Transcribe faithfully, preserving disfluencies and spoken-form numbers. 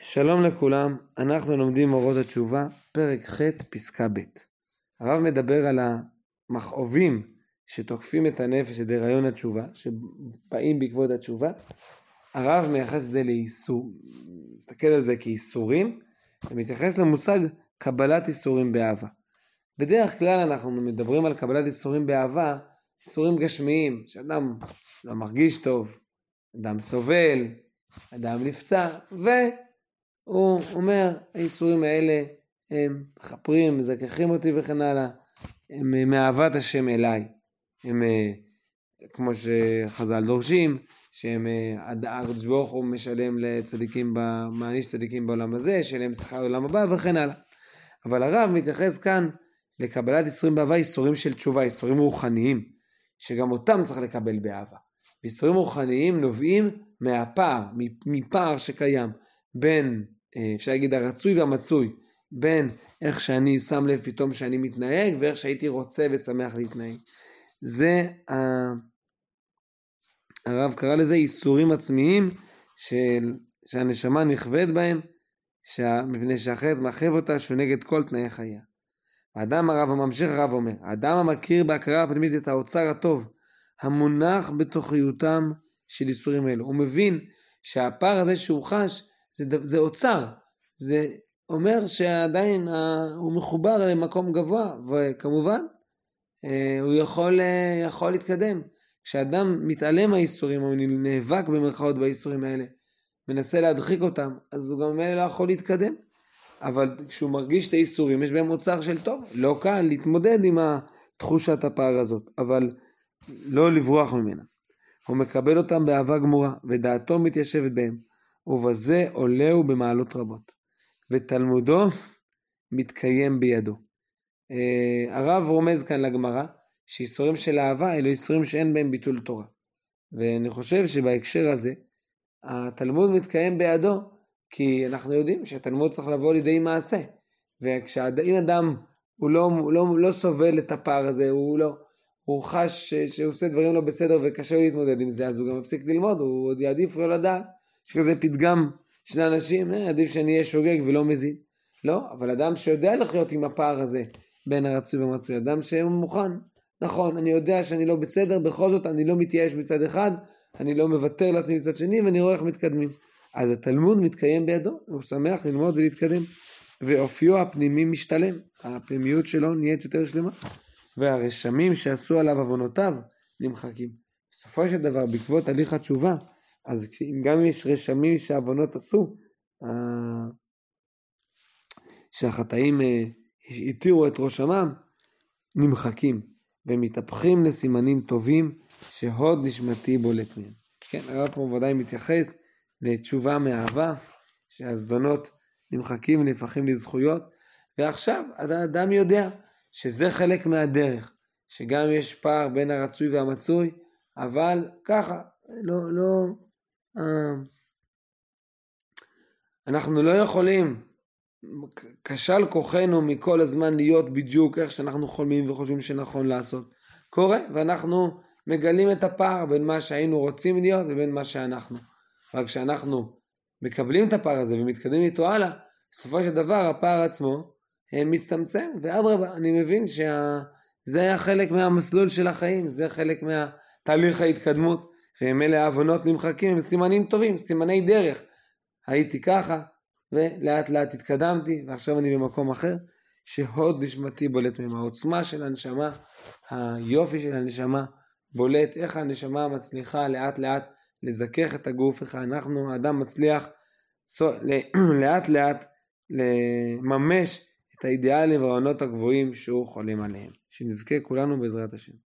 שלום לכולם, אנחנו לומדים אורות התשובה, פרק ח' פסקה ב'. הרב מדבר על המכאובים שתוקפים את הנפש ידי רעיון התשובה, שבאים בעקבות התשובה. הרב מייחס את זה לאיסור, מסתכל על זה כאיסורים, ומתייחס למושג קבלת איסורים באהבה. בדרך כלל אנחנו מדברים על קבלת איסורים באהבה, איסורים גשמיים, שאדם לא מרגיש טוב, אדם סובל, אדם נפצע, ו... הוא אומר, האיסורים האלה הם מחפרים, מזככים אותי וכן הלאה, הם מאהבת השם אליי, הם כמו שחז"ל דורשים, שהם הקדוש ברוך הוא משלם לצדיקים, מעניש צדיקים בעולם הזה, שלהם שכר בעולם הבא וכן הלאה. אבל הרב מתייחס כאן לקבלת איסורים באהבה, איסורים של תשובה, איסורים רוחניים, שגם אותם צריך לקבל באהבה. איסורים רוחניים נובעים מהפער, מפער שקיים בין, אפשר להגיד, הרצוי והמצוי, בין איך שאני שם לב פתאום שאני מתנהג, ואיך שהייתי רוצה ושמח להתנהג. זה, הרב קרא לזה איסורים עצמיים, של, שהנשמה נכבד בהם, מפני שאחרת מאחב אותה שהוא נגד כל תנאי חייה. האדם הרב הממשיך הרב אומר, האדם המכיר בהכרה הפנימית את האוצר הטוב, המונח בתוכיותם של איסורים אלו. הוא מבין שהפער הזה שהוא חש, זה, זה אוצר, זה אומר שעדיין הוא מחובר למקום גבוה, וכמובן הוא יכול, יכול להתקדם. כשאדם מתעלם מהאיסורים, או נאבק במרכאות באיסורים האלה, מנסה להדחיק אותם, אז הוא גם לא יכול להתקדם. אבל כשהוא מרגיש את האיסורים, יש בהם אוצר של טוב, לא קל להתמודד עם תחושת הפער הזאת, אבל לא לברוח ממנה. הוא מקבל אותם באהבה גמורה, ודעתו מתיישבת בהם, ובזה עולהו במעלות רבות, ותלמודו מתקיים בידו. הרב רומז כאן לגמרא, שאיסורים של אהבה, אלו איסורים שאין בהם ביטול תורה. ואני חושב שבהקשר הזה, התלמוד מתקיים בידו, כי אנחנו יודעים שהתלמוד צריך לבוא לידי מעשה. וכשאם אדם הוא לא, הוא לא, לא סובל את הפער הזה, הוא לא, הוא חש שהוא עושה דברים לא בסדר וקשה לו להתמודד עם זה, אז הוא גם מפסיק ללמוד, הוא עוד יעדיף לא לדעת. יש כזה פתגם של אנשים, אה, עדיף שאני אהיה שוגג ולא מזין. לא, אבל אדם שיודע לחיות עם הפער הזה, בין הרצוי ומצוי, אדם שהוא מוכן, נכון, אני יודע שאני לא בסדר, בכל זאת אני לא מתייאש מצד אחד, אני לא מוותר לעצמי מצד שני, ואני רואה איך מתקדמים. אז התלמוד מתקיים בידו, הוא שמח ללמוד ולהתקדם, ואופיו הפנימי משתלם, הפנימיות שלו נהיית יותר שלמה, והרשמים שעשו עליו עוונותיו נמחקים. בסופו של דבר, בעקבות הליך התשובה, אז אם גם יש רשמים שהעוונות עשו, שהחטאים התירו את ראשם, נמחקים, ומתהפכים לסימנים טובים, שהוד נשמתי בולט מהם. כן, הרב פה ודאי מתייחס לתשובה מאהבה, שהזדונות נמחקים ונהפכים לזכויות, ועכשיו האדם יודע שזה חלק מהדרך, שגם יש פער בין הרצוי והמצוי, אבל ככה, לא, לא, אה, אנחנו לא יכולים, כשל כוחנו מכל הזמן להיות בדיוק איך שאנחנו חולמים וחושבים שנכון לעשות. קורה, ואנחנו מגלים את הפער בין מה שהיינו רוצים להיות ובין מה שאנחנו. רק כשאנחנו מקבלים את הפער הזה ומתקדמים איתו הלאה, בסופו של דבר הפער עצמו מצטמצם, ואדרבה, אני מבין שזה היה חלק מהמסלול של החיים, זה חלק מהתהליך ההתקדמות, והם אלה העוונות נמחקים, הם סימנים טובים, סימני דרך. הייתי ככה, ולאט לאט התקדמתי, ועכשיו אני במקום אחר, שהוד נשמתי בולט מהם. העוצמה של הנשמה, היופי של הנשמה, בולט איך הנשמה מצליחה לאט לאט לזכך את הגוף, איך אנחנו, האדם מצליח לאט לאט לממש את האידיאלים והרעיונות הגבוהים שהוא חולם עליהם. שנזכה כולנו בעזרת השם.